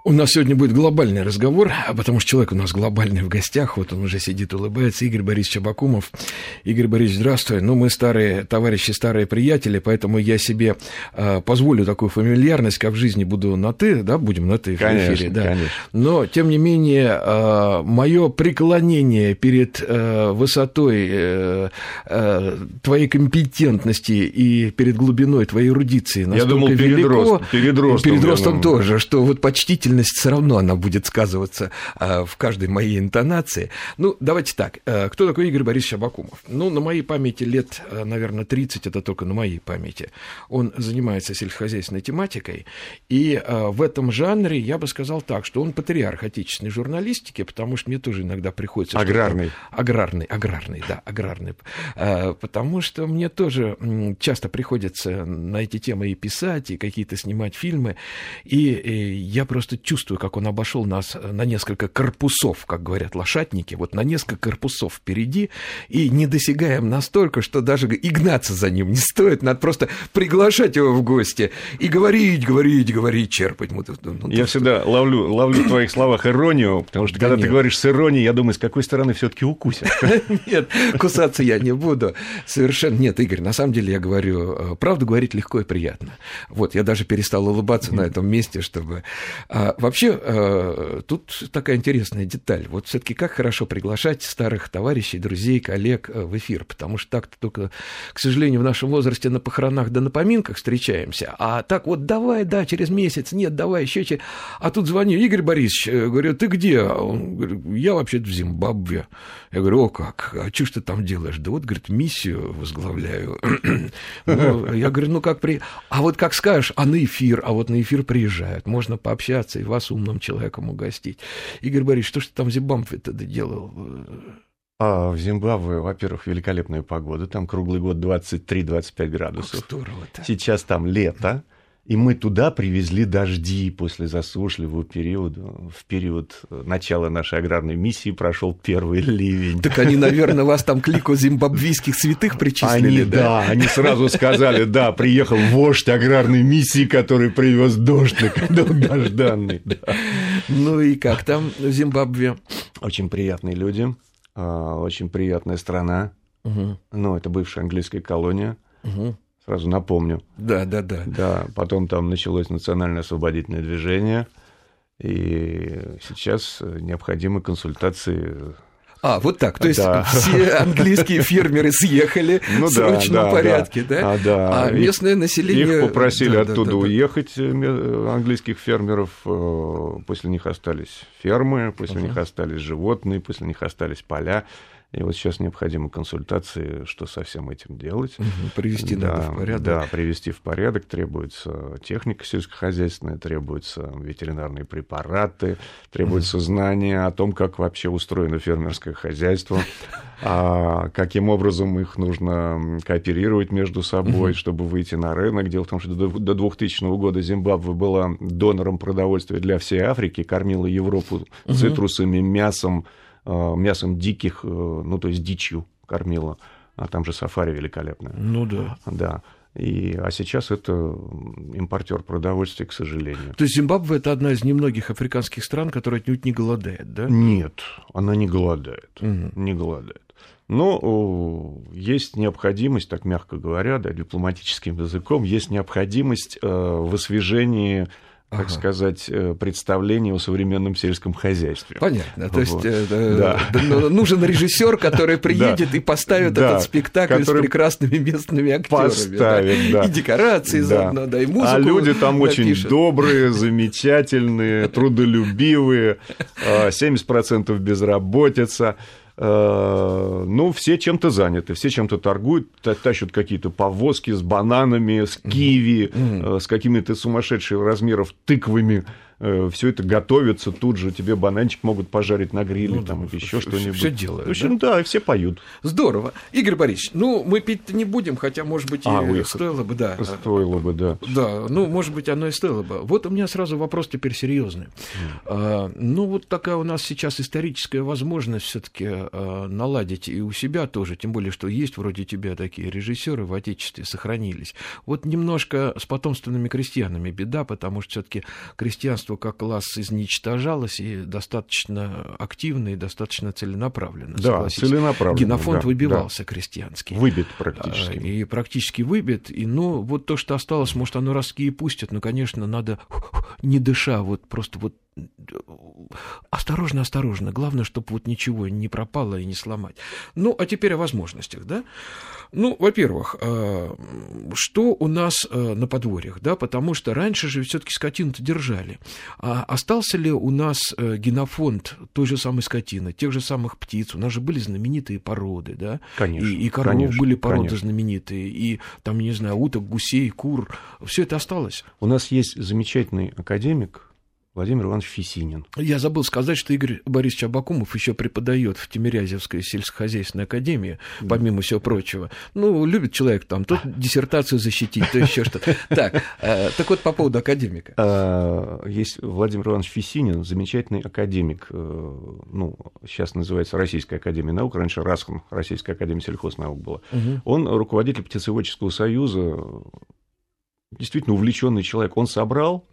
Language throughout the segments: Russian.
У нас сегодня будет глобальный разговор, потому что человек у нас глобальный в гостях. Вот он уже сидит, улыбается. Игорь Борисович Абакумов. Игорь Борисович, здравствуй. Ну, мы старые товарищи, старые приятели, поэтому я себе позволю такую фамильярность, как в жизни буду на «ты», да, будем на «ты» в эфире. Да. Конечно. Но, тем не менее, мое преклонение перед высотой твоей компетентности и перед глубиной твоей эрудиции настолько велико. Перед ростом тоже, что вот почтительность все равно она будет сказываться в каждой моей интонации. Ну, давайте так. Кто такой Игорь Борисович Абакумов? Ну, на моей памяти лет, наверное, 30, это только на моей памяти. Он занимается сельскохозяйственной тематикой, и в этом жанре я бы сказал так, что он патриарх отечественной журналистики, потому что мне тоже иногда приходится... Аграрный, да. Потому что мне тоже часто приходится на эти темы и писать, и какие-то снимать фильмы, и я просто чувствую, как он обошел нас на несколько корпусов, как говорят лошадники, вот на несколько корпусов впереди, и недосягаем настолько, что даже и гнаться за ним не стоит, надо просто приглашать его в гости и говорить, черпать. Я всегда ловлю в твоих словах иронию, потому что когда ты говоришь с иронией, я думаю, с какой стороны все-таки укусят. Нет, кусаться я не буду. Совершенно нет, Игорь, на самом деле я говорю, правду говорить легко и приятно. Вот, я даже перестал улыбаться на этом месте, чтобы... Вообще, тут такая интересная деталь. Вот все-таки как хорошо приглашать старых товарищей, друзей, коллег в эфир, потому что так-то только, к сожалению, в нашем возрасте на похоронах да на поминках встречаемся, а так вот давай, да, через месяц, нет, давай еще через... А тут звоню, Игорь Борисович, говорю, ты где? Он говорит, я вообще-то в Зимбабве. Я говорю, о как, а что ж ты там делаешь? Да вот, говорит, миссию возглавляю. Я говорю, ну как при... А вот как скажешь, а вот на эфир приезжают, можно пообщаться и вас умным человеком угостить. Игорь Борисович, что ж ты там в Зимбабве-то делал? В Зимбабве, во-первых, великолепная погода, там круглый год 23-25 градусов. Как здорово-то. Сейчас там лето, и мы туда привезли дожди после засушливого периода. В период начала нашей аграрной миссии прошел первый ливень. Так они, наверное, вас там к лику зимбабвийских святых причислили, да? Они сразу сказали, да, приехал вождь аграрной миссии, который привез дождь долгожданный. Ну и как там в Зимбабве? Очень приятные люди, очень приятная страна. Ну, это бывшая английская колония. Сразу напомню. Да. Да, потом там началось национальное освободительное движение, и сейчас необходимы консультации. Вот так. То есть все английские фермеры съехали в срочном порядке, да? Да. А местное население... Их попросили оттуда уехать, английских фермеров. После них остались фермы, после них остались животные, после них остались поля. И вот сейчас необходимы консультации, что со всем этим делать. Привести надо в порядок. Да, привести в порядок. Требуется техника сельскохозяйственная, требуются ветеринарные препараты, требуется знание о том, как вообще устроено фермерское хозяйство, каким образом их нужно кооперировать между собой, чтобы выйти на рынок. Дело в том, что до 2000 года Зимбабве была донором продовольствия для всей Африки, кормила Европу цитрусами, мясом диких, ну, то есть дичью кормила, а там же сафари великолепное. Ну да. Да. А сейчас это импортер продовольствия, к сожалению. То есть Зимбабве – это одна из немногих африканских стран, которая отнюдь не голодает, да? Нет, она не голодает. Не голодает. Но есть необходимость, так мягко говоря, да, дипломатическим языком, есть необходимость в освежении, так сказать, представление о современном сельском хозяйстве. Понятно. То есть нужен режиссер, который приедет и поставит этот спектакль с прекрасными местными актерами. Поставит, да. И декорации заодно, да, и музыку. А люди там очень добрые, замечательные, трудолюбивые, 70% безработица. Ну, все чем-то заняты, все чем-то торгуют, тащат какие-то повозки с бананами, с киви, с какими-то сумасшедших размеров тыквами. Все это готовится тут же, тебе бананчик могут пожарить на гриле, там еще что-нибудь. Все делают. В общем, да, все поют. Здорово. Игорь Борисович, мы пить-то не будем, хотя, может быть, стоило бы, да. Стоило бы, да. Да, может быть, оно и стоило бы. Вот у меня сразу вопрос теперь серьезный. Вот такая у нас сейчас историческая возможность все-таки наладить и у себя тоже, тем более, что есть вроде тебя такие режиссеры в Отечестве сохранились. Вот немножко с потомственными крестьянами беда, потому что все-таки крестьянство крестьянство как класс изничтожалось и достаточно активно и достаточно целенаправленно. Да, целенаправленно. Генофонд выбивался крестьянский. Выбит практически. И практически выбит. И, ну, вот то, что осталось, может, оно ростки и пустят, но, конечно, надо, не дыша, вот просто вот осторожно, осторожно. Главное, чтобы вот ничего не пропало и не сломать. Ну, а теперь о возможностях, да? Ну, во-первых, что у нас на подворьях, да? Потому что раньше же все-таки скотину-то держали. А остался ли у нас генофонд той же самой скотины, тех же самых птиц? У нас же были знаменитые породы, да? Конечно. И коров были породы знаменитые, и там, не знаю, уток, гусей, кур. Все это осталось. У нас есть замечательный академик Владимир Иванович Фисинин. Я забыл сказать, что Игорь Борисович Абакумов еще преподает в Тимирязевской сельскохозяйственной академии, помимо всего прочего. Ну, любит человек там то диссертацию защитить, то еще что-то. Так вот по поводу академика. Есть Владимир Иванович Фисинин, замечательный академик, ну, сейчас называется Российская академия наук, раньше РАСХН, Российская академия сельхознаук была. Он руководитель птицеводческого союза, действительно увлеченный человек. Он собрал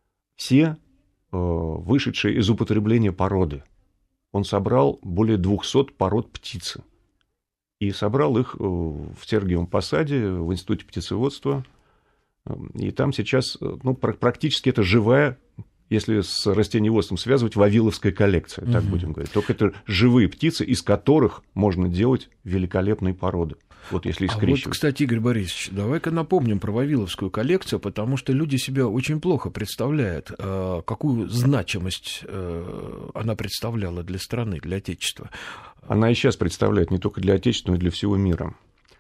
все вышедшие из употребления породы. Он собрал более 200 пород птицы. И собрал их в Сергиевом Посаде, в Институте птицеводства. И там сейчас, ну, практически это живая, если с растениеводством связывать, вавиловская коллекция, так будем говорить. Только это живые птицы, из которых можно делать великолепные породы. Вот если скрещивать. Вот, кстати, Игорь Борисович, давай-ка напомним про вавиловскую коллекцию, потому что люди себе очень плохо представляют, какую значимость она представляла для страны, для Отечества. Она и сейчас представляет не только для Отечества, но и для всего мира.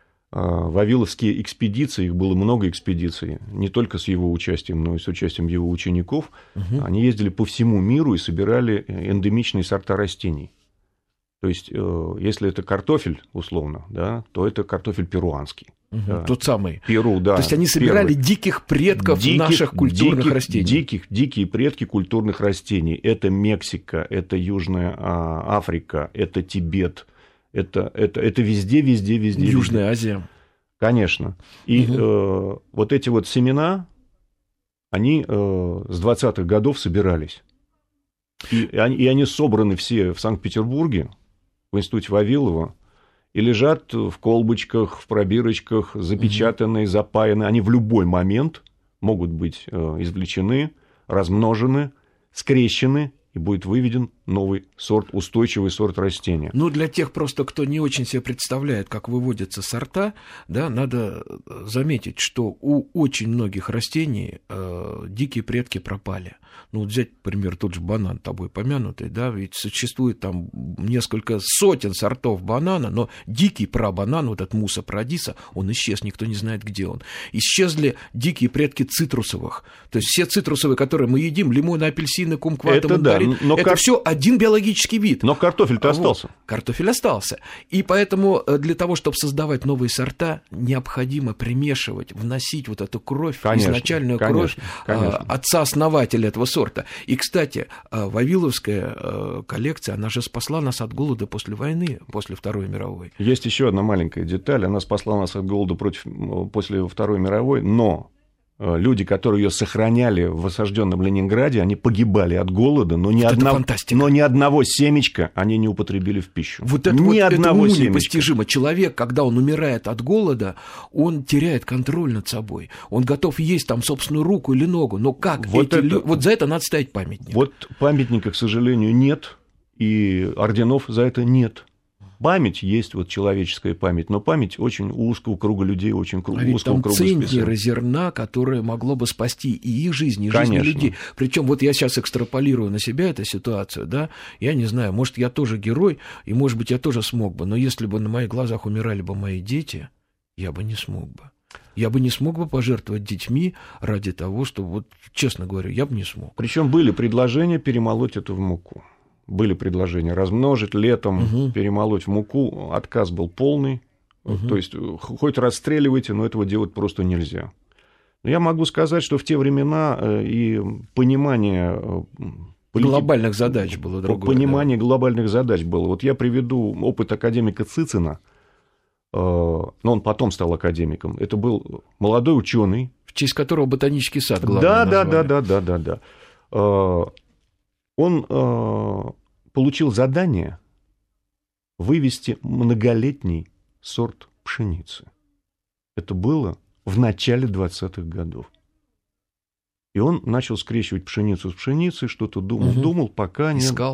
Вавиловские экспедиции, их было много экспедиций, не только с его участием, но и с участием его учеников. Они ездили по всему миру и собирали эндемичные сорта растений. То есть, если это картофель, условно, да, то это картофель перуанский. Да. Тот самый. Перу, да. То есть, они собирали диких предков наших культурных растений. Дикие предки культурных растений. Это Мексика, это Южная Африка, это Тибет. Это везде. Южная Азия. Конечно. И вот эти вот семена, они с 20-х годов собирались. И они собраны все в Санкт-Петербурге, в Институте Вавилова, и лежат в колбочках, в пробирочках, запечатанные, запаяны. Они в любой момент могут быть извлечены, размножены, скрещены, и будет выведен новый сорт, устойчивый сорт растения. Ну, для тех просто, кто не очень себе представляет, как выводятся сорта, да, надо заметить, что у очень многих растений дикие предки пропали. Ну, вот взять, например, тот же банан, тобой помянутый, да, ведь существует там несколько сотен сортов банана, но дикий прабанан, вот этот Муса парадиса, он исчез, никто не знает, где он. Исчезли дикие предки цитрусовых, то есть все цитрусовые, которые мы едим, лимоны, апельсины, кумкваты, мандарин, это все один биологический вид. Но картофель-то остался. Картофель остался. И поэтому для того, чтобы создавать новые сорта, необходимо примешивать, вносить вот эту кровь, изначальную кровь отца-основателя этого сорта. И, кстати, вавиловская коллекция, она же спасла нас от голода после войны, после Второй мировой. Есть еще одна маленькая деталь. Она спасла нас от голода после Второй мировой, но люди, которые ее сохраняли в осажденном Ленинграде, они погибали от голода, но ни одного семечка они не употребили в пищу. Вот это уму непостижимо. Человек, когда он умирает от голода, он теряет контроль над собой. Он готов есть там собственную руку или ногу. Но как? Вот за это надо ставить памятник. Вот памятника, к сожалению, нет, и орденов за это нет. Память есть, вот человеческая память, но память очень узкого круга людей, очень узкого круга специалистов. Центнеры зерна, которое могло бы спасти и их жизнь, и жизнь людей. Причем вот я сейчас экстраполирую на себя эту ситуацию, да, я не знаю, может, я тоже герой, и, может быть, я тоже смог бы, но если бы на моих глазах умирали бы мои дети, я бы не смог бы. Я бы не смог бы пожертвовать детьми ради того, что, вот, честно говоря, я бы не смог. Причем были предложения перемолоть это в муку. Были предложения размножить летом, перемолоть в муку. Отказ был полный. То есть, хоть расстреливайте, но этого делать просто нельзя. Но я могу сказать, что в те времена и понимание... глобальных задач было другое. Понимание глобальных задач было. Вот я приведу опыт академика Цицина, но он потом стал академиком. Это был молодой ученый, в честь которого ботанический сад главный назвали. Да. он получил задание вывести многолетний сорт пшеницы. Это было в начале 20-х годов. И он начал скрещивать пшеницу с пшеницей, что-то думал, пока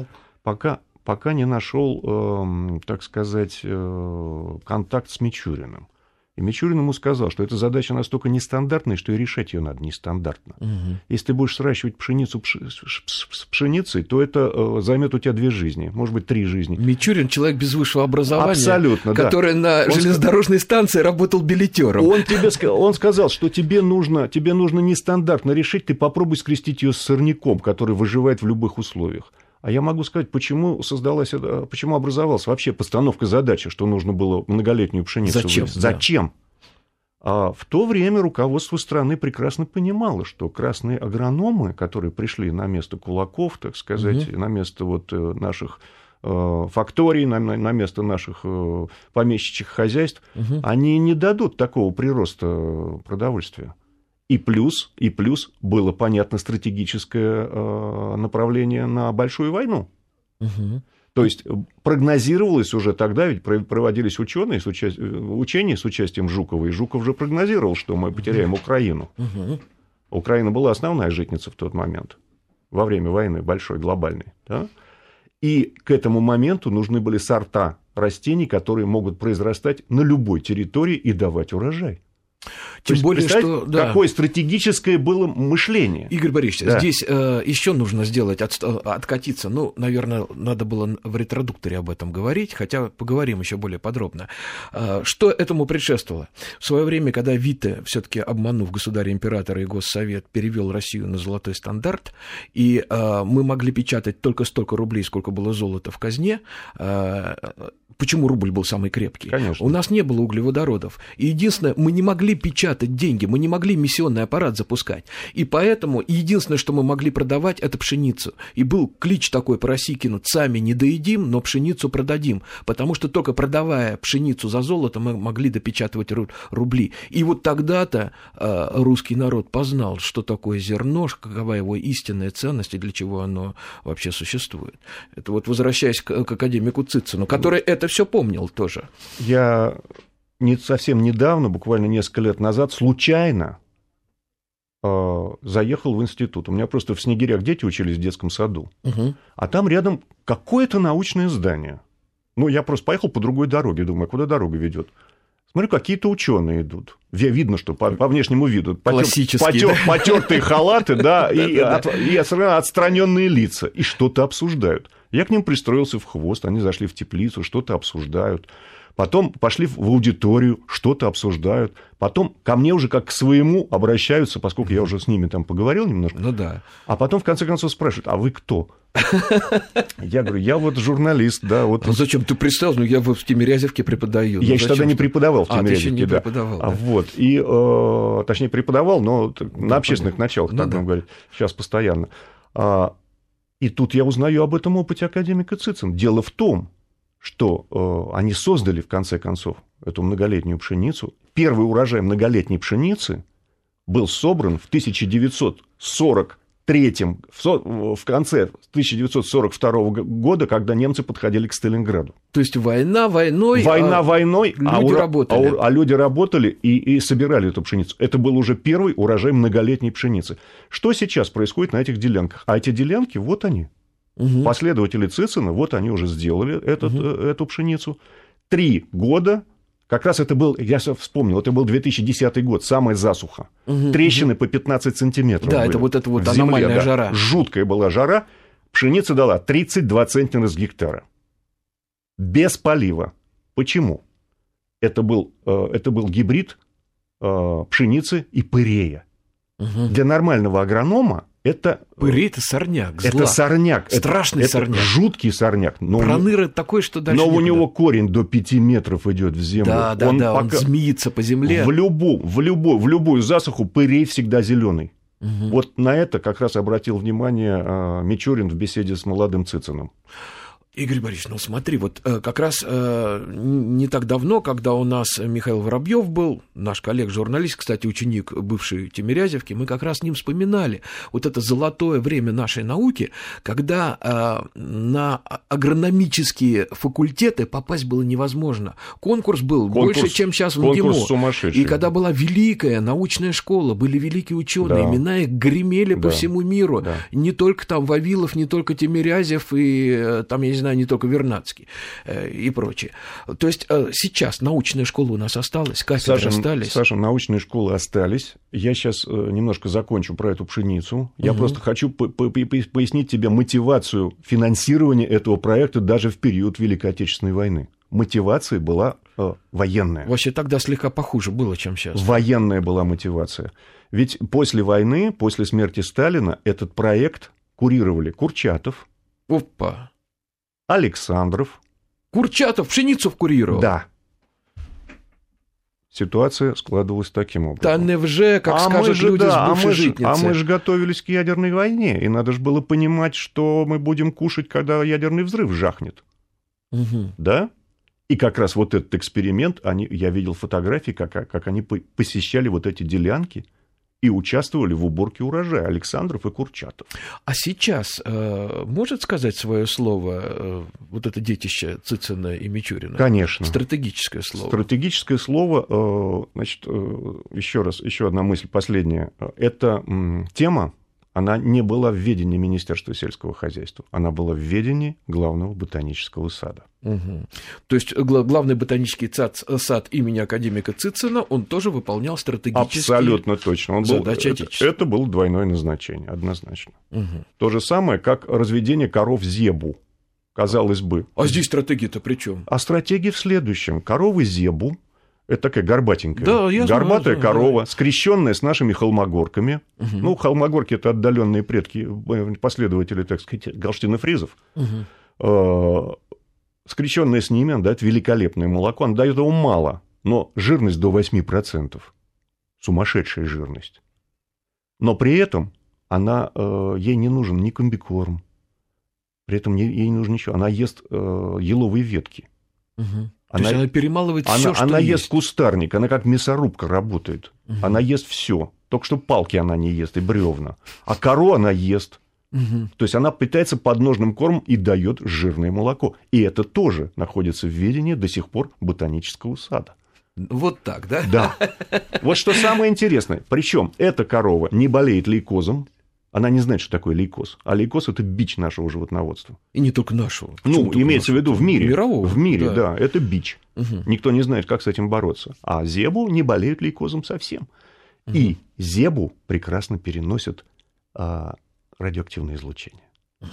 не нашел, так сказать, контакт с Мичуриным. И Мичурин ему сказал, что эта задача настолько нестандартная, что и решать ее надо нестандартно. Если ты будешь сращивать пшеницу с пшеницей, то это займет у тебя 2 жизни, может быть, 3 жизни. Мичурин — человек без высшего образования, абсолютно, который на железнодорожной станции работал билетером. Он сказал, что тебе нужно нестандартно решить, ты попробуй скрестить ее с сорняком, который выживает в любых условиях. А я могу сказать, почему образовалась вообще постановка задачи, что нужно было многолетнюю пшеницу вывести. Зачем? А в то время руководство страны прекрасно понимало, что красные агрономы, которые пришли на место кулаков, так сказать, на место наших факторий, на место наших помещичьих хозяйств, они не дадут такого прироста продовольствия. И плюс было понятно стратегическое направление на большую войну. То есть прогнозировалось уже тогда, ведь проводились учения с участием Жукова, и Жуков же прогнозировал, что мы потеряем Украину. Украина была основная житница в тот момент, во время войны большой, глобальной. Да? И к этому моменту нужны были сорта растений, которые могут произрастать на любой территории и давать урожай. Тем более, что... Какое стратегическое было мышление. Игорь Борисович, здесь еще нужно сделать, откатиться. Наверное, надо было в ретродукторе об этом говорить, хотя поговорим еще более подробно. Что этому предшествовало? В свое время, когда Витте, все-таки обманув государя-императора и Госсовет, перевел Россию на золотой стандарт, и мы могли печатать только столько рублей, сколько было золота в казне. Почему рубль был самый крепкий? Конечно. У нас не было углеводородов. И единственное, мы не могли печатать деньги, мы не могли миссионный аппарат запускать. И поэтому единственное, что мы могли продавать, это пшеницу. И был клич такой по России кинут: сами не доедим, но пшеницу продадим. Потому что только продавая пшеницу за золото, мы могли допечатывать рубли. И вот тогда-то русский народ познал, что такое зерно, какова его истинная ценность и для чего оно вообще существует. Это возвращаясь к академику Цицину, который это все помнил тоже. Я совсем недавно, буквально несколько лет назад, случайно заехал в институт. У меня просто в Снегирях дети учились в детском саду. А там рядом какое-то научное здание. Я просто поехал по другой дороге, думаю, куда дорога ведет. Смотрю, какие-то ученые идут. Видно, что по внешнему виду. Потертые халаты, да, и отстраненные лица. И что-то обсуждают. Я к ним пристроился в хвост, они зашли в теплицу, что-то обсуждают. Потом пошли в аудиторию, что-то обсуждают. Потом ко мне уже как к своему обращаются, поскольку я уже с ними там поговорил немножко. Да. А потом, в конце концов, спрашивают: а вы кто? Я говорю: я журналист, да. Зачем ты представил? Я в Тимирязевке преподаю. Я еще тогда не преподавал в Тимирязевке. Ты еще не преподавал, да. И, точнее, преподавал, но на общественных началах, так будем говорить, сейчас постоянно. И тут я узнаю об этом опыте академика Цицина. Дело в том, что они создали, в конце концов, эту многолетнюю пшеницу. Первый урожай многолетней пшеницы был собран в 1943, в конце 1942 года, когда немцы подходили к Сталинграду. То есть война войной, люди работали. А люди работали и собирали эту пшеницу. Это был уже первый урожай многолетней пшеницы. Что сейчас происходит на этих делянках? А эти делянки, вот они. Последователи Цицина, вот они уже сделали эту пшеницу. 3 года, как раз это был, я вспомнил, это был 2010 год, самая засуха. Трещины по 15 сантиметров. Да, были. это аномальная жара. Жуткая была жара. Пшеница дала 32 центнера с гектара. Без полива. Почему? Это был гибрид пшеницы и пырея. Для нормального агронома это... Пырей — это сорняк, зла. Это сорняк. Страшный сорняк. Жуткий сорняк. Проныра такой, что дальше Но некуда. У него корень до 5 метров идет в землю. Он змеится по земле. В любую засуху пырей всегда зеленый. Вот на это как раз обратил внимание Мичурин в беседе с молодым Цициным. Игорь Борисович, ну смотри, вот как раз не так давно, когда у нас Михаил Воробьев был, наш коллег-журналист, кстати, ученик бывшей Тимирязевки, мы как раз с ним вспоминали вот это золотое время нашей науки, когда на агрономические факультеты попасть было невозможно. Конкурс был больше, чем сейчас в МГИМО. Сумасшедший. И когда была великая научная школа, были великие ученые, имена их гремели по всему миру. Да. Не только там Вавилов, не только Тимирязев и там, я не знаю, не только Вернадский и прочее. То есть сейчас научная школа у нас осталась, кафедры остались. Саша, научные школы остались. Я сейчас немножко закончу про эту пшеницу. Я просто хочу пояснить тебе мотивацию финансирования этого проекта даже в период Великой Отечественной войны. Мотивация была военная. Вообще тогда слегка похуже было, чем сейчас. Военная была мотивация. Ведь после войны, после смерти Сталина, этот проект курировали Курчатов, Опа. Александров. Курчатов пшеницу курировал? Да. Ситуация складывалась таким образом. Да невже, как скажут люди с бывшей житницы. А мы же готовились к ядерной войне, и надо же было понимать, что мы будем кушать, когда ядерный взрыв жахнет. Угу. Да? И как раз вот этот эксперимент, я видел фотографии, как они посещали вот эти делянки и участвовали в уборке урожая, Александров и Курчатов. А сейчас может сказать свое слово вот это детище Цицина и Мичурина? Конечно. Стратегическое слово. Стратегическое слово, значит, еще одна мысль, последняя. Эта тема, она не была в ведении Министерства сельского хозяйства, она была в ведении Главного ботанического сада. Угу. То есть главный ботанический сад имени академика Цицина, он тоже выполнял стратегические Абсолютно точно. задачи Отечества. Это было двойное назначение, однозначно. Угу. То же самое, как разведение коров зебу, казалось бы. А здесь стратегия-то при чем? А стратегия в следующем. Коровы зебу — это такая горбатенькая, горбатая знаю, корова, да. Скрещенная с нашими холмогорками. Угу. Ну, холмогорки — это отдаленные предки, последователи, так сказать, галштино-фризов. Угу. Скрещенная с ними, она дает великолепное молоко. Она дает его мало, но жирность до 8%. Сумасшедшая жирность. Но при этом ей не нужен ни комбикорм, при этом ей не нужно ничего. Она ест еловые ветки. Угу. То есть она перемалывает все, что она есть. Ест кустарник, она как мясорубка работает. Угу. Она ест все. Только что палки она не ест и бревна. А кору она ест. Угу. То есть она питается подножным кормом и дает жирное молоко. И это тоже находится в ведении до сих пор ботанического сада. Вот так, да? Да. Вот что самое интересное. Причем эта корова не болеет лейкозом. Она не знает, что такое лейкоз. А лейкоз — это бич нашего животноводства. И не только нашего. Ну, имеется в виду в мире. Мирового. В мире, да. Это бич. Угу. Никто не знает, как с этим бороться. А зебу не болеют лейкозом совсем. Угу. И зебу прекрасно переносят радиоактивное излучение.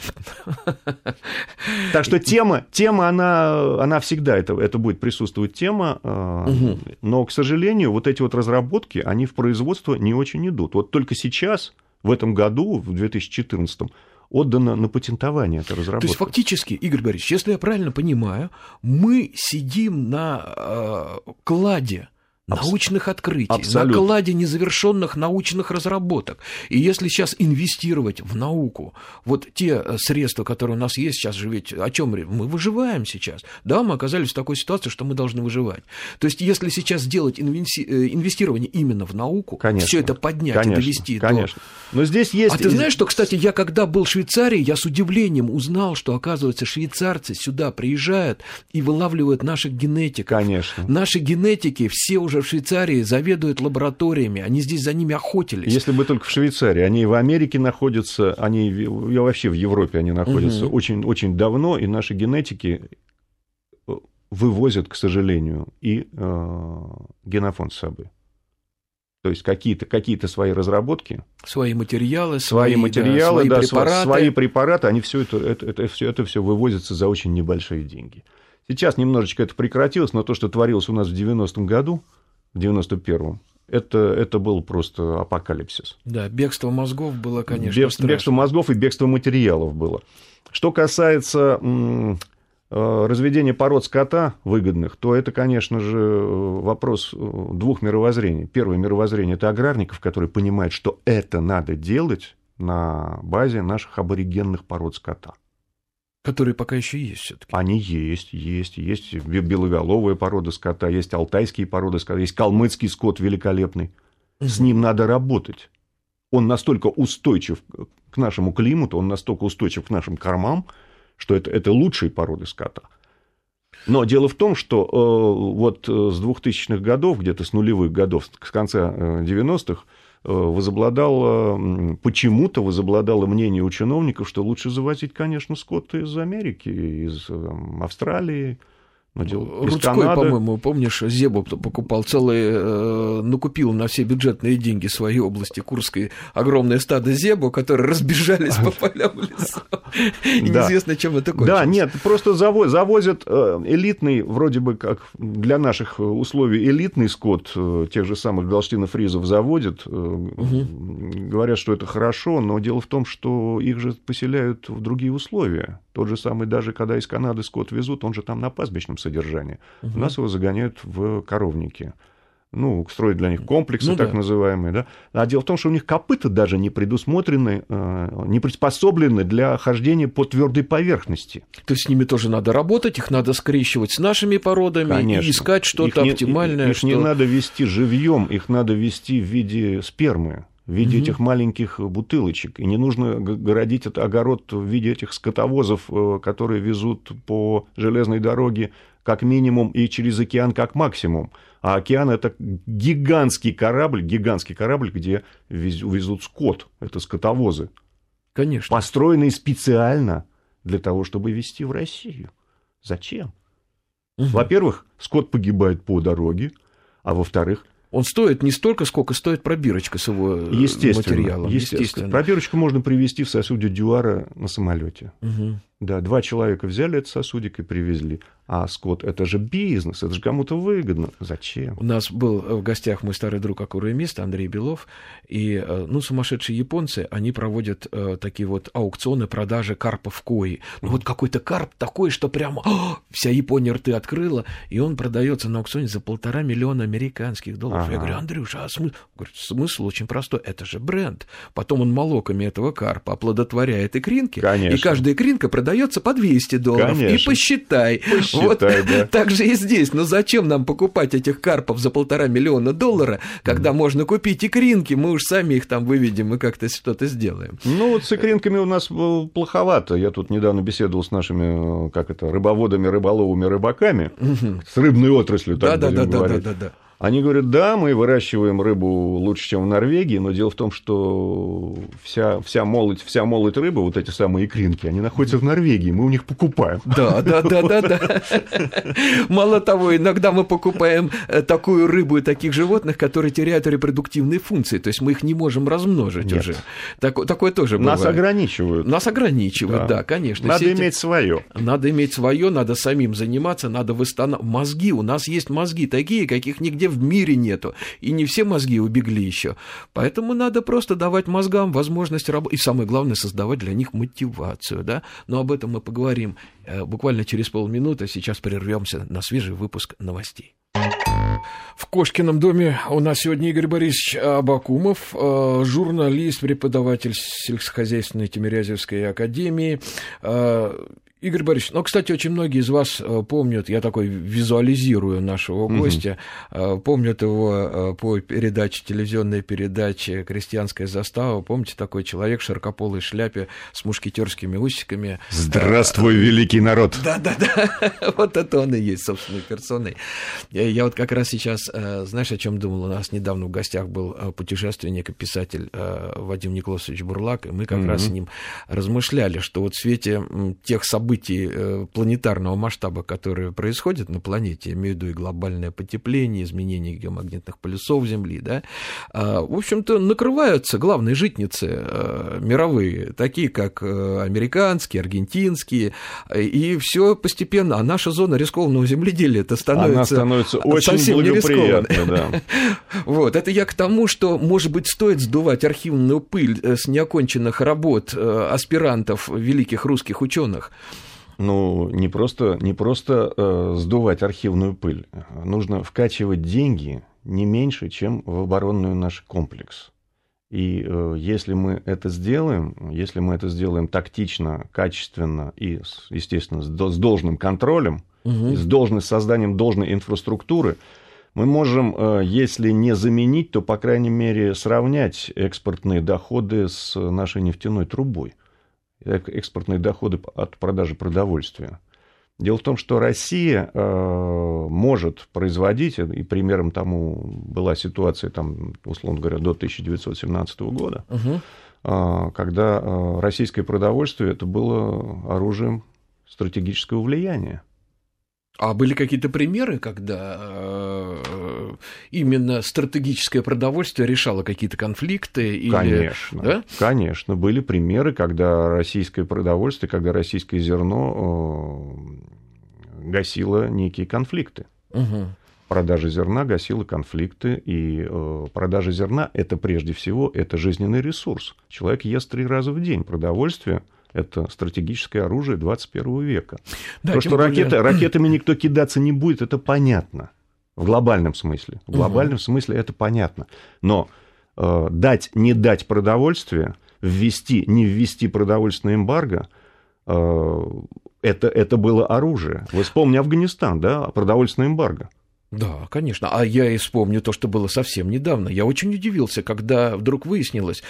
Так что тема она всегда, это будет присутствовать тема, но, к сожалению, вот эти вот разработки, они в производство не очень идут. Вот только сейчас, в этом году, в 2014, отдано на патентование эта разработка. То есть, фактически, Игорь Борисович, если я правильно понимаю, мы сидим на кладе научных открытий, Абсолютно. на кладе незавершенных научных разработок. И если сейчас инвестировать в науку, вот те средства, которые у нас есть сейчас же, ведь о чем мы выживаем сейчас. Да, мы оказались в такой ситуации, что мы должны выживать. То есть, если сейчас сделать инвестирование именно в науку, все это поднять и довести до... Но здесь есть... А ты знаешь, что, кстати, я когда был в Швейцарии, я с удивлением узнал, что, оказывается, швейцарцы сюда приезжают и вылавливают наших генетиков. Конечно. Наши генетики все уже в Швейцарии заведуют лабораториями, они здесь за ними охотились. Если бы только в Швейцарии, они в Америке находятся, они вообще в Европе они находятся очень давно, и наши генетики вывозят, к сожалению, и генофонд с собой. То есть какие-то свои разработки, свои материалы, свои препараты, они все это все вывозятся за очень небольшие деньги. Сейчас немножечко это прекратилось, но то, что творилось у нас в 90-м году, в 91-м, это был просто апокалипсис. Да, бегство мозгов было, конечно, страшно. Бегство мозгов и бегство материалов было. Что касается разведения пород скота выгодных, то это, конечно же, вопрос двух мировоззрений. Первое мировоззрение – это аграрников, которые понимают, что это надо делать на базе наших аборигенных пород скота. Которые пока еще есть все-таки. Они есть. Есть белоголовая порода скота, есть алтайские породы скота, есть калмыцкий скот великолепный. С ним надо работать. Он настолько устойчив к нашему климату, он настолько устойчив к нашим кормам, что это лучшие породы скота. Но дело в том, что вот с 2000-х годов, где-то с нулевых годов, с конца 90-х, почему-то возобладало мнение у чиновников, что лучше завозить, конечно, скот из Америки, из Австралии, из Рудской, Канады. по-моему, помнишь, Зебу покупал накупил на все бюджетные деньги своей области Курской огромное стадо Зебу, которые разбежались по полям и лесам. И неизвестно, чем это кончилось. Да, нет, просто завозят элитный, вроде бы как для наших условий элитный скот, тех же самых галштинов-фризов заводят, говорят, что это хорошо, но дело в том, что их же поселяют в другие условия. Тот же самый, даже когда из Канады скот везут, он же там на пастбищном содержании. У нас его загоняют в коровники. Ну, строят для них комплексы, так называемые. Да? А дело в том, что у них копыта даже не предусмотрены, не приспособлены для хождения по твердой поверхности. То есть с ними тоже надо работать, их надо скрещивать с нашими породами. Конечно. И искать что-то оптимальное. Их не надо вести живьем, их надо вести в виде спермы, в виде этих маленьких бутылочек. И не нужно городить огород в виде этих скотовозов, которые везут по железной дороге как минимум и через океан как максимум. А океан – это гигантский корабль, где везут скот. Это скотовозы. Конечно. Построенные специально для того, чтобы везти в Россию. Зачем? Во-первых, скот погибает по дороге, а во-вторых, он стоит не столько, сколько стоит пробирочка с его материалом. Естественно. Пробирочку можно привезти в сосуде Дюара на самолете. Да, 2 человека взяли этот сосудик и привезли. А скот – это же бизнес, это же кому-то выгодно. Зачем? У нас был в гостях мой старый друг аквариумист Андрей Белов, и, сумасшедшие японцы, они проводят такие вот аукционы продажи карпов кои. Вот какой-то карп такой, что прямо вся Япония рты открыла, и он продается на аукционе за $1,5 миллиона американских долларов. Я говорю: Андрюша, а смысл? Говорит, смысл очень простой, это же бренд. Потом он молоками этого карпа оплодотворяет икринки, и каждая икринка продается по $200. Конечно. И посчитай. Вот да. Так же и здесь. Но зачем нам покупать этих карпов за $1,5 миллиона, когда можно купить икринки, мы уж сами их там выведем и как-то что-то сделаем. Ну, вот с икринками у нас плоховато. Я тут недавно беседовал с нашими, рыбоводами, рыболовами, рыбаками, с рыбной отраслью, так будем говорить. Да. Они говорят: да, мы выращиваем рыбу лучше, чем в Норвегии, но дело в том, что вся молоть рыбы, вот эти самые икринки, они находятся в Норвегии, мы у них покупаем. Да. Мало того, иногда мы покупаем такую рыбу и таких животных, которые теряют репродуктивные функции, то есть мы их не можем размножить уже. Такое тоже бывает. Нас ограничивают, да, конечно. Надо иметь свое. Надо самим заниматься, надо восстанавливать. Мозги, у нас есть мозги такие, каких нигде в мире нету, и не все мозги убегли еще. Поэтому надо просто давать мозгам возможность работать, и самое главное, создавать для них мотивацию, да? Но об этом мы поговорим буквально через полминуты. Сейчас прервемся на свежий выпуск новостей. В Кошкином доме у нас сегодня Игорь Борисович Абакумов, журналист, преподаватель сельскохозяйственной Тимирязевской академии. Игорь Борисович, кстати, очень многие из вас помнят, я такой визуализирую нашего гостя, помнят его по телевизионной передаче «Крестьянская застава». Помните, такой человек в широкополой шляпе с мушкетерскими усиками? Здравствуй, великий народ! Да, вот это он и есть собственной персоной. Я вот как раз сейчас, знаешь, о чем думал? У нас недавно в гостях был путешественник и писатель Вадим Николаевич Бурлак, и мы как раз с ним размышляли, что вот в свете тех событий планетарного масштаба, которые происходят на планете, имею в виду и глобальное потепление, изменение геомагнитных полюсов Земли, да, в общем-то, накрываются главные житницы мировые, такие как американские, аргентинские, и все постепенно, а наша зона рискованного земледелия это становится очень благоприятной. Да. Вот, это я к тому, что, может быть, стоит сдувать архивную пыль с неоконченных работ аспирантов великих русских ученых. Не просто сдувать архивную пыль. Нужно вкачивать деньги не меньше, чем в оборонный наш комплекс. И если мы это сделаем тактично, качественно и, естественно, с должным контролем, с созданием должной инфраструктуры, мы можем, если не заменить, то, по крайней мере, сравнять экспортные доходы с нашей нефтяной трубой. Экспортные доходы от продажи продовольствия. Дело в том, что Россия может производить, и примером тому была ситуация, там, условно говоря, до 1917 года, когда российское продовольствие это было оружием стратегического влияния. А были какие-то примеры, когда именно стратегическое продовольствие решало какие-то конфликты? Конечно, да? Конечно. Были примеры, когда российское продовольствие, когда российское зерно гасило некие конфликты. Продажа зерна гасила конфликты, и продажа зерна – это прежде всего это жизненный ресурс. Человек ест 3 раза в день. Продовольствие – это стратегическое оружие 21 века. Да, то, что ракетами никто кидаться не будет, это понятно. В глобальном смысле. В глобальном смысле это понятно. Но дать, не дать продовольствие, ввести, не ввести продовольственное эмбарго, это было оружие. Вы вспомните Афганистан, да, продовольственное эмбарго. Да, конечно. А я и вспомню то, что было совсем недавно. Я очень удивился, когда вдруг выяснилось,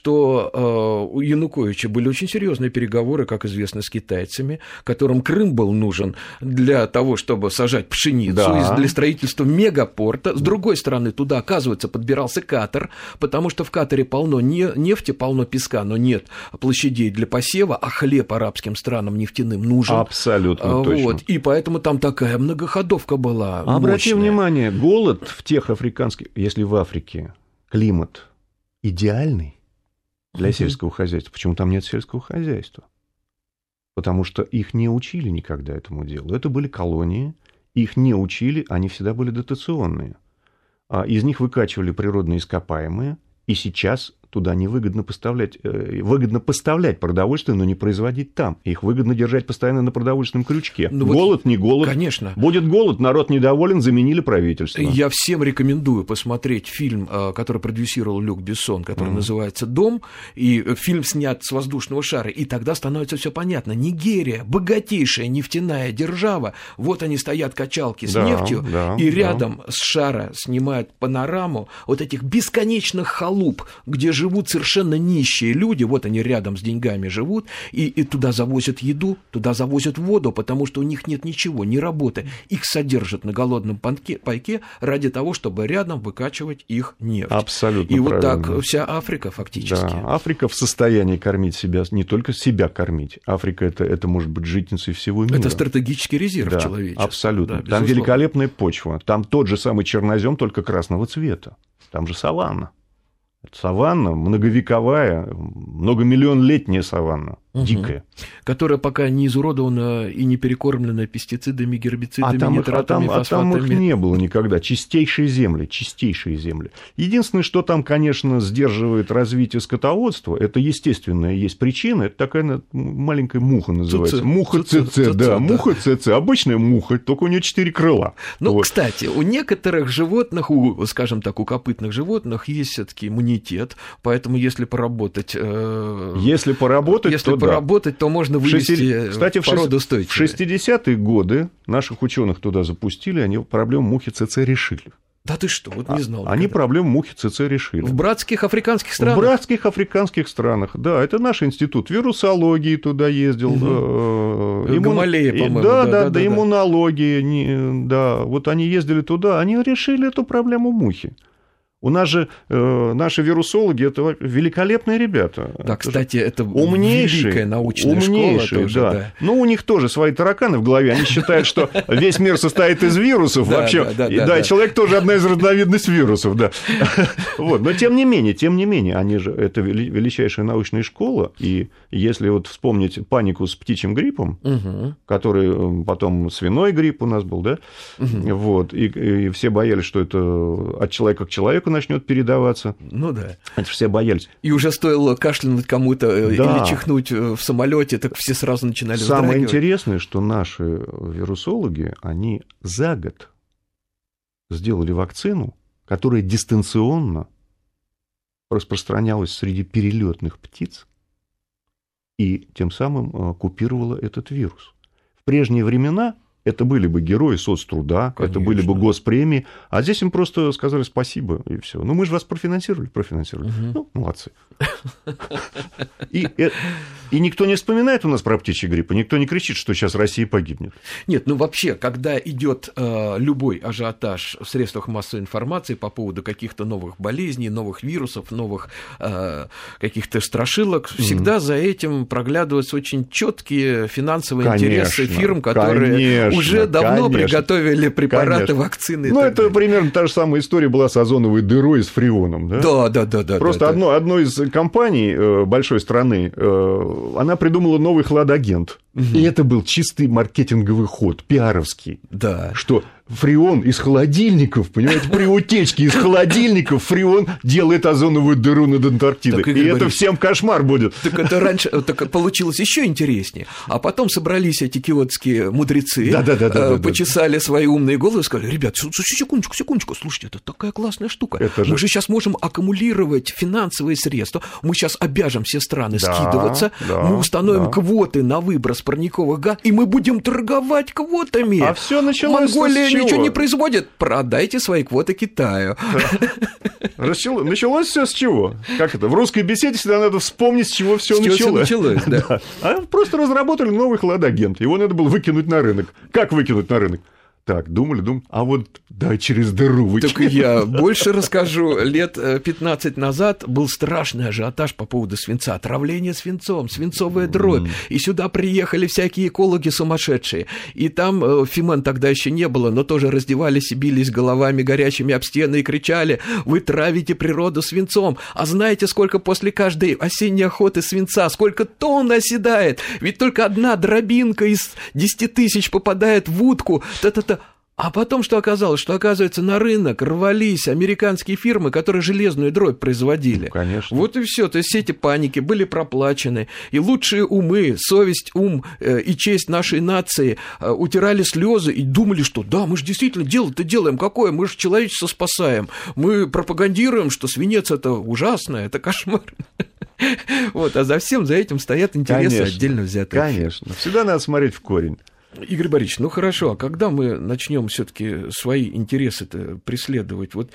что у Януковича были очень серьезные переговоры, как известно, с китайцами, которым Крым был нужен для того, чтобы сажать пшеницу, да, для строительства мегапорта. С другой стороны, туда, оказывается, подбирался Катар, потому что в Катаре полно нефти, полно песка, но нет площадей для посева, а хлеб арабским странам нефтяным нужен. Абсолютно точно. И поэтому там такая многоходовка была. Обратите внимание, голод в тех африканских, если в Африке климат идеальный для сельского хозяйства, почему там нет сельского хозяйства? Потому что их не учили никогда этому делу. Это были колонии, их не учили, они всегда были дотационные. Из них выкачивали природные ископаемые, и сейчас туда невыгодно поставлять, выгодно поставлять продовольствие, но не производить там. Их выгодно держать постоянно на продовольственном крючке. Голод, не голод. Конечно. Будет голод, народ недоволен, заменили правительство. Я всем рекомендую посмотреть фильм, который продюсировал Люк Бессон, который называется «Дом», и фильм снят с воздушного шара, и тогда становится все понятно. Нигерия, богатейшая нефтяная держава, вот они стоят, качалки с нефтью, и рядом с шара снимают панораму вот этих бесконечных халуп, где живут совершенно нищие люди, вот они рядом с деньгами живут, и туда завозят еду, туда завозят воду, потому что у них нет ничего, ни работы. Их содержат на голодном пайке ради того, чтобы рядом выкачивать их нефть. Абсолютно. И правильно. Вот так вся Африка фактически. Да, Африка в состоянии кормить себя, не только себя кормить. Африка это может быть житницей всего мира. Это стратегический резерв человечества. Абсолютно. Да, там великолепная почва. Там тот же самый чернозем, только красного цвета. Там же саванна. Это саванна, многовековая, многомиллионлетняя саванна, дикая. Которая пока не изуродована и не перекормлена пестицидами, гербицидами, нитратами, фосфатами. А там их не было никогда. Чистейшие земли, чистейшие земли. Единственное, что там, конечно, сдерживает развитие скотоводства, это естественная есть причина, это такая маленькая муха называется. Муха ЦЦ, да, муха ЦЦ, обычная муха, только у нее 4 крыла. Ну, вот. Кстати, у некоторых животных, скажем так, у копытных животных есть все-таки иммунитет, поэтому если поработать... Если поработать, то можно вывести породоустойчивые. В 60-е годы наших ученых туда запустили, они проблему мухи ЦЦ решили. Да ты что, вот не знал. Они проблему мухи ЦЦ решили. В братских африканских странах? В братских африканских странах, да. Это наш институт вирусологии туда ездил. Гамалея, по-моему. Да, иммунологии. Да, вот они ездили туда, они решили эту проблему мухи. У нас же наши вирусологи – это великолепные ребята. Да, кстати, это великая научная школа тоже. Да. Ну, у них тоже свои тараканы в голове. Они считают, что весь мир состоит из вирусов вообще. Да, человек тоже одна из разновидностей вирусов. Да. Вот. Но тем не менее, они же это величайшая научная школа. И если вот вспомнить панику с птичьим гриппом, который потом свиной грипп у нас был, да, вот, и все боялись, что это от человека к человеку начнет передаваться. Ну да. Это все боялись. И уже стоило кашлянуть кому-то или чихнуть в самолете, так все сразу начинали вздрагивать. Самое интересное, что наши вирусологи, они за год сделали вакцину, которая дистанционно распространялась среди перелетных птиц и тем самым купировала этот вирус. В прежние времена это были бы герои соцтруда, конечно, это были бы госпремии, а здесь им просто сказали спасибо, и все. Ну, мы же вас профинансировали. Ну, молодцы. И никто не вспоминает у нас про птичий грипп, и никто не кричит, что сейчас Россия погибнет. Нет, ну вообще, когда идет любой ажиотаж в средствах массовой информации по поводу каких-то новых болезней, новых вирусов, новых каких-то страшилок, всегда за этим проглядываются очень четкие финансовые интересы фирм, которые уже давно приготовили препараты, вакцины. Ну, это примерно та же самая история была с озоновой дырой и с фреоном. Да. Просто одной из компаний большой страны, она придумала новый хладагент. И это был чистый маркетинговый ход, пиаровский. Да. Что фреон из холодильников, понимаете, при утечке из холодильников фреон делает озоновую дыру над Антарктидой. И это всем кошмар будет. Так это раньше получилось еще интереснее. А потом собрались эти киотские мудрецы, почесали свои умные головы и сказали: ребят, секундочку, слушайте, это такая классная штука. Мы же сейчас можем аккумулировать финансовые средства, мы сейчас обяжем все страны скидываться, мы установим квоты на выброс парниковых газов, и мы будем торговать квотами. А все началось Монголия ничего не производит, продайте свои квоты Китаю. Началось все с чего? Как это? В русской беседе всегда надо вспомнить, с чего все началось. Да. А просто разработали новый хладагент, его надо было выкинуть на рынок. Как выкинуть на рынок? Так, думали, а вот дай через дыру выкинуть. Так я больше расскажу. Лет 15 назад был страшный ажиотаж по поводу свинца. Отравление свинцом, свинцовая дробь. И сюда приехали всякие экологи сумасшедшие. И там Фимен тогда еще не было, но тоже раздевались и бились головами горячими об стены и кричали: вы травите природу свинцом. А знаете, сколько после каждой осенней охоты свинца, сколько тонн оседает? Ведь только одна дробинка из 10 тысяч попадает в утку. А потом что оказалось? Что, оказывается, на рынок рвались американские фирмы, которые железную дробь производили. Ну, конечно. Вот и все. То есть все эти паники были проплачены. И лучшие умы, совесть, ум и честь нашей нации утирали слезы и думали, что да, мы же действительно дело-то делаем какое? Мы же человечество спасаем. Мы пропагандируем, что свинец – это ужасно, это кошмар. Вот, а за всем за этим стоят интересы отдельно взятые. Конечно. Всегда надо смотреть в корень. Игорь Борисович, ну хорошо, а когда мы начнем все-таки свои интересы-то преследовать? Вот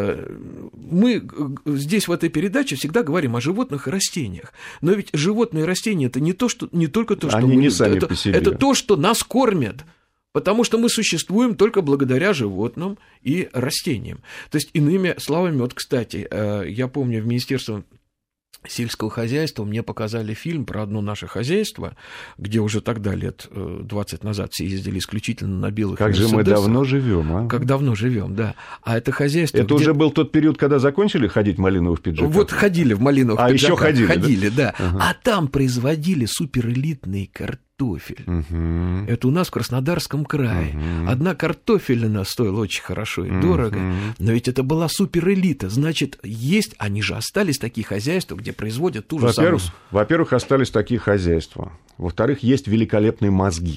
мы здесь в этой передаче всегда говорим о животных и растениях, но ведь животные и растения это не только то, что они не сами по себе. Это то, что нас кормят. Потому что мы существуем только благодаря животным и растениям. То есть, иными словами, вот, кстати, я помню, в Министерстве сельского хозяйства мне показали фильм про одно наше хозяйство, где уже тогда, лет 20 назад, все ездили исключительно на белых Мерседесах. Как же мы давно живем, а? Как давно живем, да. А это хозяйство... Это уже был тот период, когда закончили ходить в малиновых пиджаках? Вот ходили в малиновых пиджаках. А еще ходили, да? Ага. А там производили суперэлитный картофель. Это у нас в Краснодарском крае. Одна картофелина стоила очень хорошо и дорого, но ведь это была суперэлита. Значит, они же остались такие хозяйства, где производят ту же самую... Во-первых, остались такие хозяйства. Во-вторых, есть великолепные мозги.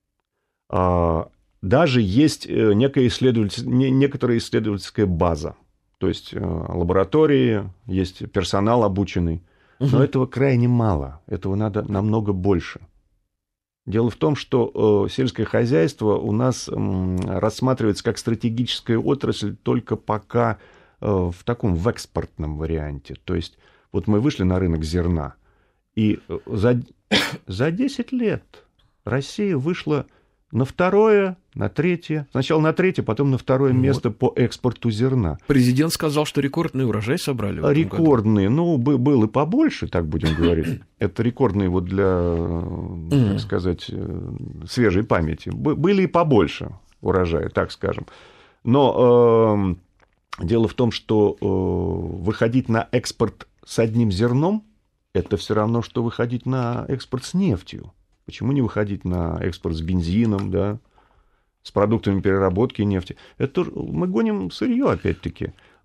Даже есть некоторая исследовательская база. То есть лаборатории, есть персонал обученный. Но этого крайне мало. Этого надо намного больше. Дело в том, что сельское хозяйство у нас рассматривается как стратегическая отрасль только пока в экспортном варианте. То есть вот мы вышли на рынок зерна, и за 10 лет Россия вышла на второе, на третье, сначала на третье, потом на второе место по экспорту зерна. Президент сказал, что рекордный урожай собрали в этом рекордный, году. Был и побольше, так будем говорить. Это рекордный вот для, так сказать, свежей памяти. Были и побольше урожая, так скажем. Но дело в том, что выходить на экспорт с одним зерном – это все равно, что выходить на экспорт с нефтью. Почему не выходить на экспорт с бензином, да, с продуктами переработки нефти? Мы гоним сырье, опять-таки.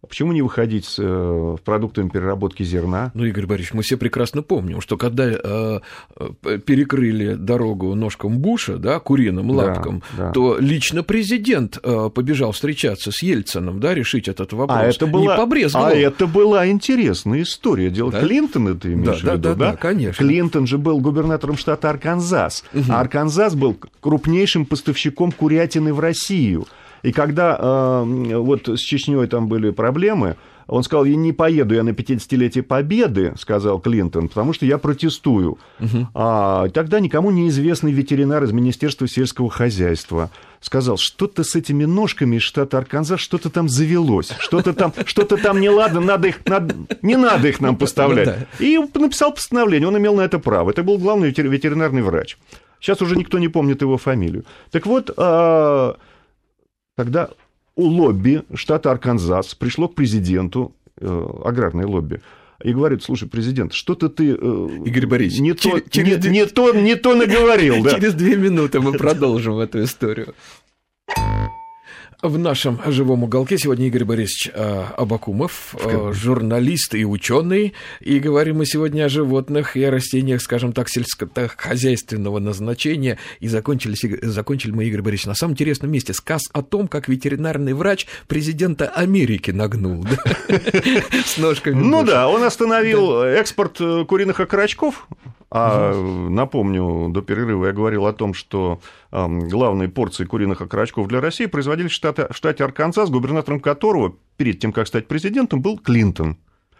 Почему не выходить с продуктами переработки зерна? Ну, Игорь Борисович, мы все прекрасно помним, что когда перекрыли дорогу ножкам Буша, да, куриным лапкам, то лично президент побежал встречаться с Ельциным, да, решить этот вопрос. Не побрезговал. Это была интересная история. Дело Клинтона ты имеешь в виду, да? Да, конечно. Клинтон же был губернатором штата Арканзас, а Арканзас был крупнейшим поставщиком курятины в Россию. И когда вот с Чечней там были проблемы, он сказал, я не поеду, я на 50-летие Победы, сказал Клинтон, потому что я протестую. Тогда никому неизвестный ветеринар из Министерства сельского хозяйства сказал, что-то с этими ножками из штата Арканзас, что-то там завелось, что-то там неладно, не надо их нам поставлять. И написал постановление, он имел на это право. Это был главный ветеринарный врач. Сейчас уже никто не помнит его фамилию. Так вот, когда у лобби штата Арканзас пришло к президенту, аграрное лобби, и говорит, слушай, президент, что-то ты Игорь Борисович, не то наговорил. Да. Через 2 минуты мы продолжим эту историю. В нашем живом уголке сегодня Игорь Борисович Абакумов, журналист и ученый, и говорим мы сегодня о животных и о растениях, скажем так, сельскохозяйственного назначения, и закончили мы, Игорь Борисович, на самом интересном месте. Сказ о том, как ветеринарный врач президента Америки нагнул с ножками. Ну да, он остановил экспорт куриных окорочков. Напомню, до перерыва я говорил о том, что главные порции куриных окорочков для России производились в штате Арканзас, губернатором которого перед тем, как стать президентом, был Клинтон.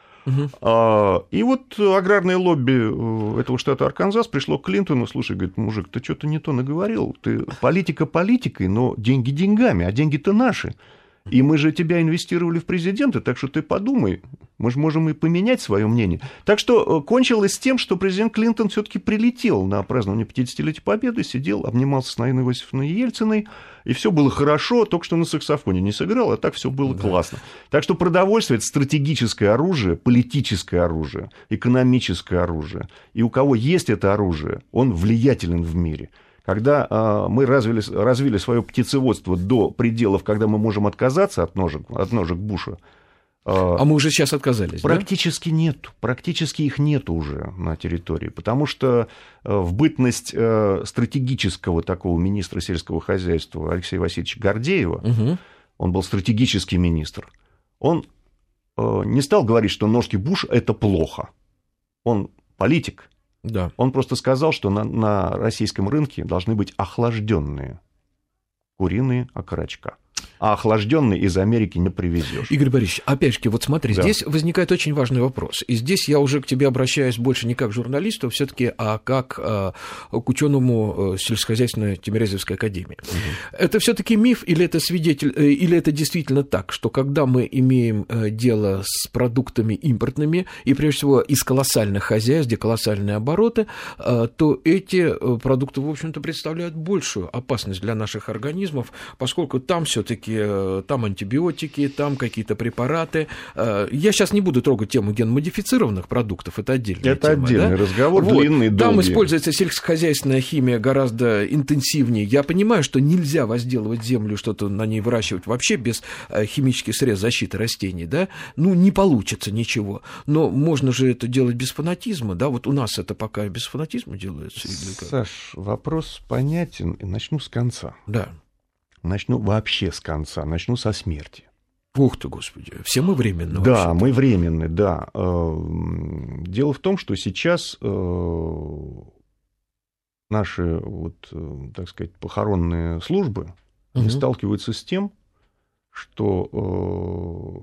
И вот аграрное лобби этого штата Арканзас пришло к Клинтону, слушай, говорит, мужик, ты что-то не то наговорил, ты политика политикой, но деньги деньгами, а деньги-то наши. И мы же тебя инвестировали в президента, так что ты подумай, мы же можем и поменять свое мнение. Так что кончилось тем, что президент Клинтон все-таки прилетел на празднование 50-летия Победы, сидел, обнимался с Наиной Иосифовной Ельциной, и все было хорошо, только что на саксофоне не сыграл, а так все было классно. Так что продовольствие – это стратегическое оружие, политическое оружие, экономическое оружие. И у кого есть это оружие, он влиятелен в мире. Когда мы развили свое птицеводство до пределов, когда мы можем отказаться от ножек Буша. А мы уже сейчас отказались, практически да? Нет, практически их нет уже на территории, потому что в бытность стратегического такого министра сельского хозяйства Алексея Васильевича Гордеева, он был стратегический министр, он не стал говорить, что ножки Буша – это плохо. Он политик. Да. Он просто сказал, что на российском рынке должны быть охлажденные куриные окорочка. А охлажденный из Америки не привезешь. Игорь Борисович, опять-таки, вот смотри, здесь возникает очень важный вопрос. И здесь я уже к тебе обращаюсь больше не как к журналисту, все-таки, а как к ученому сельскохозяйственной Тимирязевской академии. Это все-таки миф или это или это действительно так, что когда мы имеем дело с продуктами импортными, и прежде всего из колоссальных хозяйств, где колоссальные обороты, то эти продукты, в общем-то, представляют большую опасность для наших организмов, поскольку там все-таки там антибиотики, там какие-то препараты. Я сейчас не буду трогать тему генмодифицированных продуктов, это отдельная тема. Это отдельный разговор, длинный, долгий. Там используется сельскохозяйственная химия гораздо интенсивнее. Я понимаю, что нельзя возделывать землю, что-то на ней выращивать вообще без химических средств защиты растений, да? Ну, не получится ничего. Но можно же это делать без фанатизма, да? Вот у нас это пока без фанатизма делается. Саш, вопрос понятен, и начну с конца. Да. Начну вообще с конца, начну со смерти. Ух ты, Господи, все мы временны. Да, вообще-то. Мы временны, да. Дело в том, что сейчас наши, вот, так сказать, похоронные службы они сталкиваются с тем, что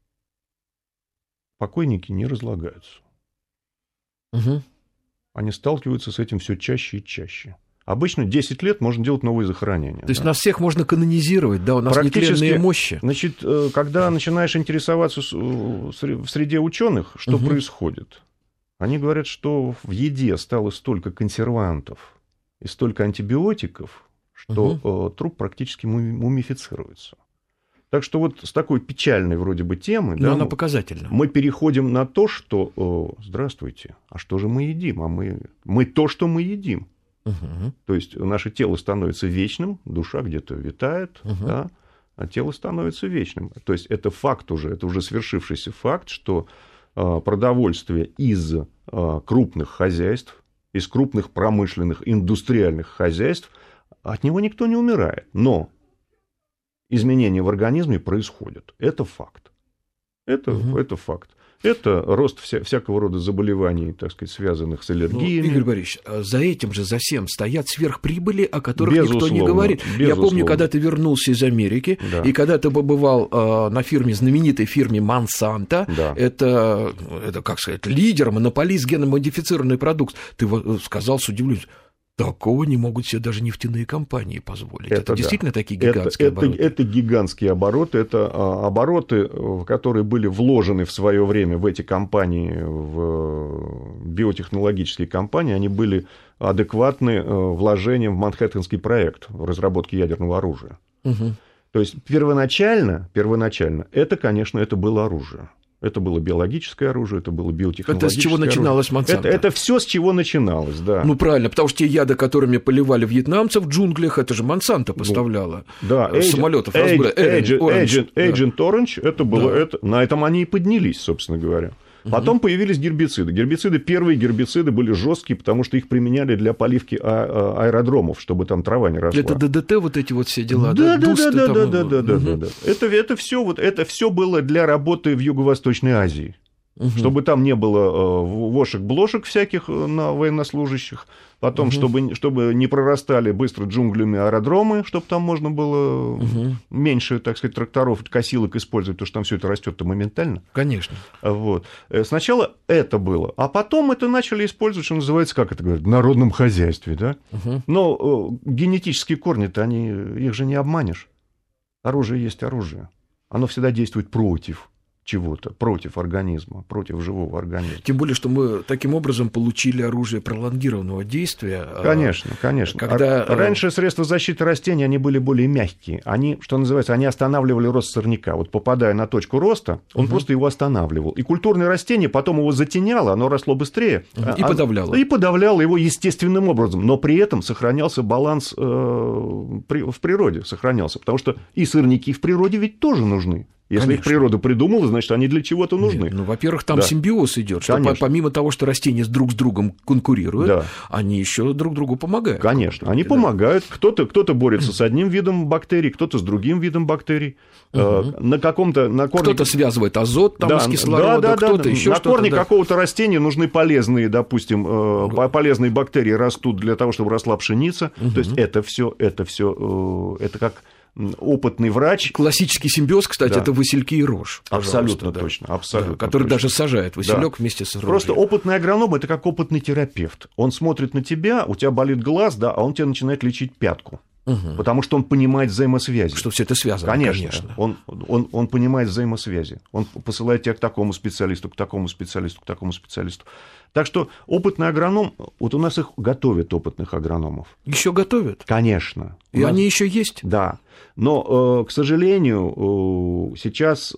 покойники не разлагаются. Они сталкиваются с этим все чаще и чаще. Обычно 10 лет можно делать новые захоронения. То есть нас всех можно канонизировать, да, у нас нетленные мощи. Значит, когда начинаешь интересоваться в среде ученых, что происходит, они говорят, что в еде стало столько консервантов и столько антибиотиков, что труп практически мумифицируется. Так что вот с такой печальной вроде бы темы, но она показательна. Мы переходим на то, что здравствуйте, а что же мы едим? А мы то, что мы едим. То есть наше тело становится вечным, душа где-то витает, да? а тело становится вечным. То есть это факт уже, это уже свершившийся факт, что продовольствие из крупных хозяйств, из крупных промышленных, индустриальных хозяйств, от него никто не умирает. Но изменения в организме происходят. Это факт. Это факт. Это рост всякого рода заболеваний, так сказать, связанных с аллергиями. Игорь Борисович, за этим же, за всем стоят сверхприбыли, о которых никто не говорит. Безусловно. Я помню, когда ты вернулся из Америки, да. И когда ты побывал на фирме, знаменитой фирме Monsanto, да. это, как сказать, лидер, монополист генно-модифицированный продукт, ты сказал с удивлением, такого не могут себе даже нефтяные компании позволить. Это действительно такие гигантские обороты? Это гигантские обороты. Это обороты, которые были вложены в свое время в эти компании, в биотехнологические компании. Они были адекватны вложениям в Манхэттенский проект в разработке ядерного оружия. Угу. То есть первоначально это, конечно, это было оружие. Это было биологическое оружие, это было биотехнологическое оружие. Это с чего начиналось Монсанто? Это все с чего начиналось, да. Ну, правильно, потому что те яды, которыми поливали вьетнамцев в джунглях, это же Монсанто поставляла. Да, самолетов. Agent Orange, это было, да. На этом они и поднялись, собственно говоря. Потом появились гербициды. Первые гербициды были жесткие, потому что их применяли для поливки аэродромов, чтобы там трава не росла. Это ДДТ, вот эти вот все дела, да? Да. Это все было для работы в Юго-Восточной Азии. Чтобы там не было вошек-блошек всяких на военнослужащих, потом, чтобы не прорастали быстро джунглями аэродромы, чтобы там можно было меньше, так сказать, тракторов, косилок использовать, потому что там все это растет-то моментально. Конечно. Вот. Сначала это было, а потом это начали использовать, что называется, как это говорят, в народном хозяйстве, да? Но генетические корни-то, их же не обманешь. Оружие есть оружие. Оно всегда действует против чего-то, против организма, против живого организма. Тем более, что мы таким образом получили оружие пролонгированного действия. Конечно. Когда... Раньше средства защиты растений, они были более мягкие. Они, что называется, они останавливали рост сорняка. Вот попадая на точку роста, он просто его останавливал. И культурное растение потом его затеняло, оно росло быстрее. И подавляло. И подавляло его естественным образом. Но при этом сохранялся баланс в природе. Потому что и сорняки в природе ведь тоже нужны. Если их природа придумала, значит, они для чего-то нужны. Нет, во-первых, там симбиоз идет, что помимо того, что растения друг с другом конкурируют, они еще друг другу помогают. Конечно, они помогают. Кто-то борется с одним видом бактерий, кто-то с другим видом бактерий. Кто-то связывает азот там с кислородом, кто-то еще что-то. На корне какого-то растения нужны полезные, допустим, полезные бактерии растут для того, чтобы росла пшеница. То есть это все, это как... опытный врач. Классический симбиоз, кстати, это васильки и рожь. Абсолютно точно. Абсолютно который точно. Даже сажает василек вместе с рожью. Просто опытный агроном – это как опытный терапевт. Он смотрит на тебя, у тебя болит глаз, а он тебе начинает лечить пятку. Потому что он понимает взаимосвязи. Что все это связано, конечно. Он понимает взаимосвязи. Он посылает тебя к такому специалисту, к такому специалисту, к такому специалисту. Так что опытный агроном, вот у нас их готовят, опытных агрономов. Еще готовят? Конечно. И они еще есть? Да. Но, к сожалению, сейчас,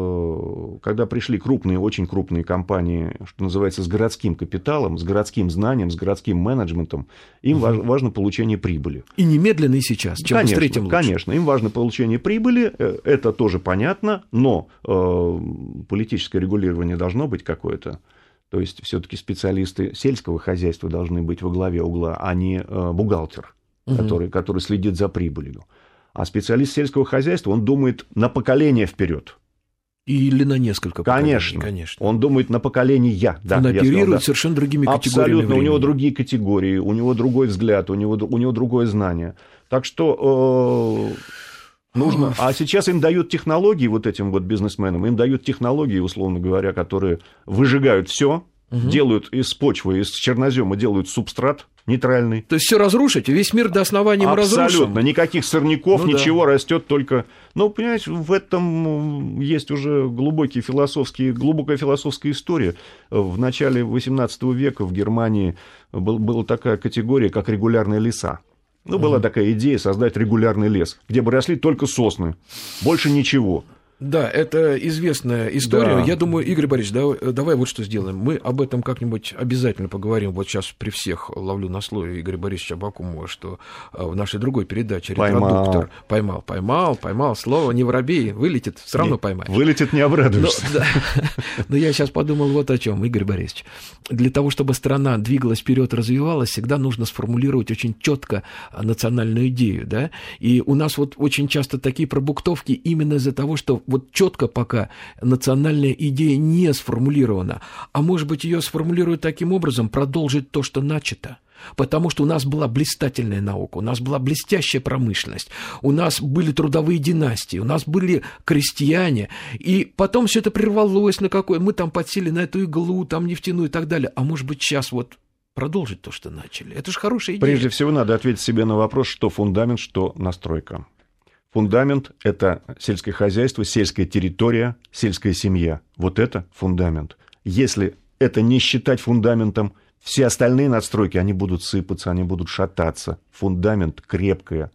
когда пришли крупные, очень крупные компании, что называется, с городским капиталом, с городским знанием, с городским менеджментом, им важно получение прибыли. И немедленно, и сейчас. Чем быстрее, тем лучше. Конечно, им важно получение прибыли, это тоже понятно, но политическое регулирование должно быть какое-то. То есть все-таки специалисты сельского хозяйства должны быть во главе угла, а не бухгалтер, который следит за прибылью. А специалист сельского хозяйства, он думает на поколение вперед. Или на несколько поколений. Конечно. Он думает на поколение. Да, он оперирует совершенно другими категориями. Абсолютно. У него другие категории, у него другой взгляд, у него другое знание. Так что... нужно. А сейчас им дают технологии, вот этим вот бизнесменам, им дают технологии, условно говоря, которые выжигают все, делают из почвы, из чернозема делают субстрат нейтральный. То есть все разрушить, весь мир до основания мы разрушим. Абсолютно, никаких сорняков, ничего, растет только. Ну, понимаете, в этом есть уже глубокая философская история. В начале XVIII века в Германии была такая категория, как регулярные леса. Была такая идея создать регулярный лес, где бы росли только сосны, больше ничего. Да, это известная история. Да. Я думаю, Игорь Борисович, давай вот что сделаем. Мы об этом как-нибудь обязательно поговорим. Вот сейчас при всех ловлю на слове Игоря Борисовича Абакумова, что в нашей другой передаче «Репродуктор» поймал слово, не воробей, вылетит, все равно поймаешь. Вылетит, не обрадуешься. Но я сейчас подумал вот о чем, Игорь Борисович. Для того, чтобы страна двигалась вперед, развивалась, всегда нужно сформулировать очень четко национальную идею, да? И у нас вот очень часто такие пробуктовки именно из-за того, что вот четко пока национальная идея не сформулирована, а может быть, ее сформулируют таким образом, продолжить то, что начато. Потому что у нас была блистательная наука, у нас была блестящая промышленность, у нас были трудовые династии, у нас были крестьяне, и потом все это прервалось на какой... Мы там подсели на эту иглу, там нефтяную и так далее. А может быть, сейчас вот продолжить то, что начали. Это же хорошая идея. Прежде всего, надо ответить себе на вопрос, что фундамент, что настройка. Фундамент – это сельское хозяйство, сельская территория, сельская семья. Вот это фундамент. Если это не считать фундаментом, все остальные надстройки, они будут сыпаться, они будут шататься. Фундамент – крепкая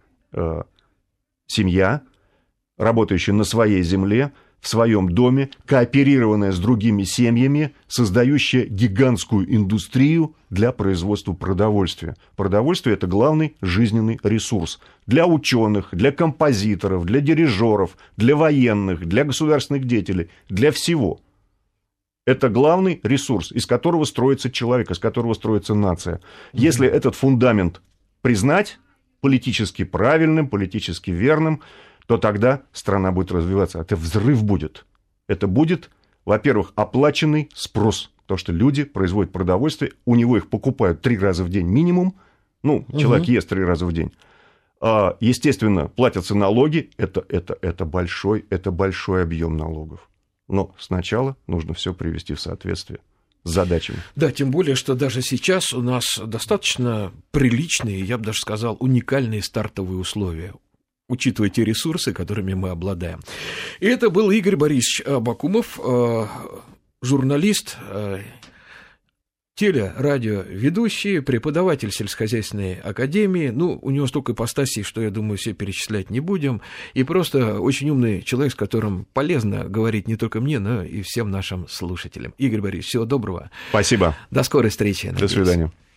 семья, работающая на своей земле, в своем доме, кооперированная с другими семьями, создающая гигантскую индустрию для производства продовольствия. Продовольствие – это главный жизненный ресурс для ученых, для композиторов, для дирижеров, для военных, для государственных деятелей, для всего. Это главный ресурс, из которого строится человек, из которого строится нация. Если этот фундамент признать политически правильным, политически верным, то тогда страна будет развиваться. Это взрыв будет. Это будет, во-первых, оплаченный спрос. То, что люди производят продовольствие, у него их покупают 3 раза в день минимум. Ну, человек ест 3 раза в день. Естественно, платятся налоги. Это большой объем налогов. Но сначала нужно все привести в соответствие с задачами. Да, тем более, что даже сейчас у нас достаточно приличные, я бы даже сказал, уникальные стартовые условия, учитывая те ресурсы, которыми мы обладаем. И это был Игорь Борисович Абакумов, журналист, телерадиоведущий, преподаватель сельскохозяйственной академии. Ну, у него столько ипостасей, что, я думаю, все перечислять не будем. И просто очень умный человек, с которым полезно говорить не только мне, но и всем нашим слушателям. Игорь Борисович, всего доброго. Спасибо. До скорой встречи. До свидания.